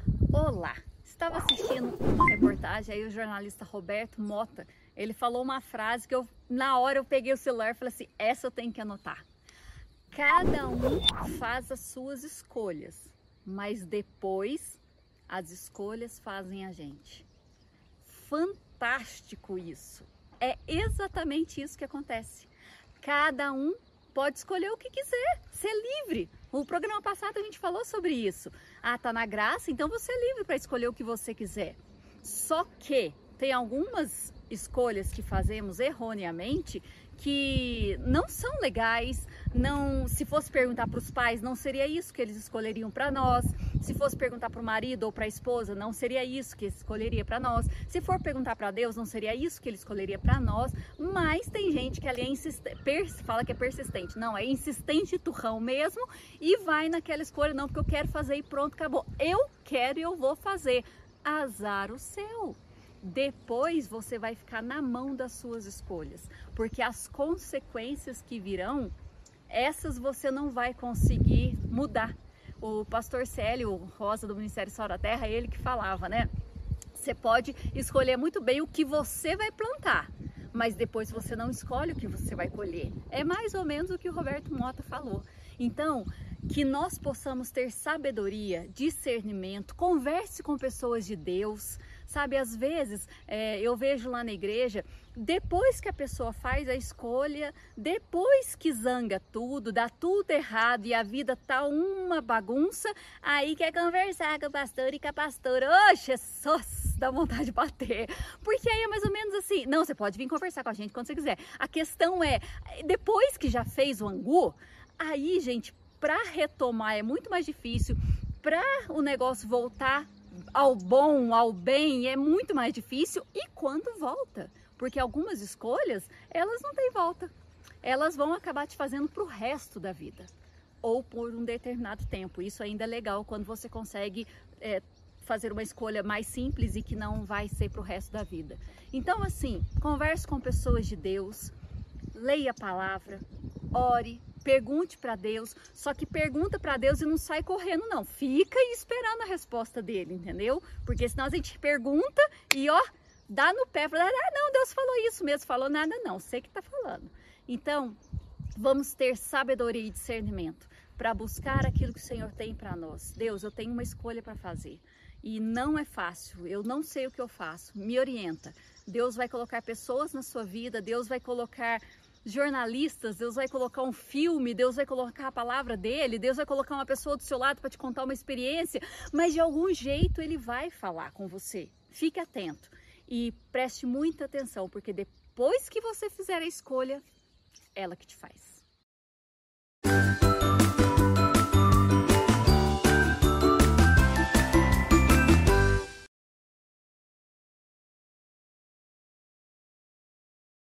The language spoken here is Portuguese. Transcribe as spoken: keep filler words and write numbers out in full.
Olá! Estava assistindo uma reportagem, aí o jornalista Roberto Mota, ele falou uma frase que eu, na hora eu peguei o celular e falei assim, essa eu tenho que anotar. Cada um faz as suas escolhas, mas depois as escolhas fazem a gente. Fantástico isso! É exatamente isso que acontece. Cada um pode escolher o que quiser, ser livre. O programa passado a gente falou sobre isso. Ah, tá na graça, então você é livre para escolher o que você quiser. Só que tem algumas escolhas que fazemos erroneamente que não são legais. Não, se fosse perguntar para os pais, não seria isso que eles escolheriam para nós. Se fosse perguntar para o marido ou para a esposa, não seria isso que escolheria para nós. Se for perguntar para Deus, não seria isso que ele escolheria para nós. Mas tem gente que ali é insistente, fala que é persistente. Não, é insistente turrão mesmo e vai naquela escolha, não, porque eu quero fazer e pronto, acabou. Eu quero e eu vou fazer. Azar o seu. Depois você vai ficar na mão das suas escolhas, porque as consequências que virão, essas você não vai conseguir mudar. O pastor Célio Rosa do Ministério Sal da Terra, ele que falava, né? Você pode escolher muito bem o que você vai plantar, mas depois você não escolhe o que você vai colher. É mais ou menos o que o Roberto Mota falou. Então, que nós possamos ter sabedoria, discernimento, converse com pessoas de Deus, sabe? Às vezes, é, eu vejo lá na igreja, depois que a pessoa faz a escolha, depois que zanga tudo, dá tudo errado e a vida tá uma bagunça, aí quer conversar com o pastor e com a pastora. Oxe, só dá vontade de bater. Porque aí é mais ou menos assim, não, você pode vir conversar com a gente quando você quiser. A questão é, depois que já fez o angu, aí, gente, para retomar é muito mais difícil, para o negócio voltar ao bom, ao bem, é muito mais difícil. E quando volta? Porque algumas escolhas, elas não têm volta. Elas vão acabar te fazendo para o resto da vida. Ou por um determinado tempo. Isso ainda é legal quando você consegue é, fazer uma escolha mais simples e que não vai ser para o resto da vida. Então, assim, converse com pessoas de Deus, leia a palavra, ore, pergunte para Deus, só que pergunta para Deus e não sai correndo não, fica aí esperando a resposta dele, entendeu? Porque senão a gente pergunta e ó, dá no pé, fala, ah não, Deus falou isso mesmo, falou nada não, sei que tá falando. Então, vamos ter sabedoria e discernimento para buscar aquilo que o Senhor tem para nós. Deus, eu tenho uma escolha para fazer e não é fácil, eu não sei o que eu faço, me orienta. Deus vai colocar pessoas na sua vida, Deus vai colocar jornalistas, Deus vai colocar um filme, Deus vai colocar a palavra dele, Deus vai colocar uma pessoa do seu lado para te contar uma experiência, mas de algum jeito ele vai falar com você. Fique atento e preste muita atenção, porque depois que você fizer a escolha, ela que te faz.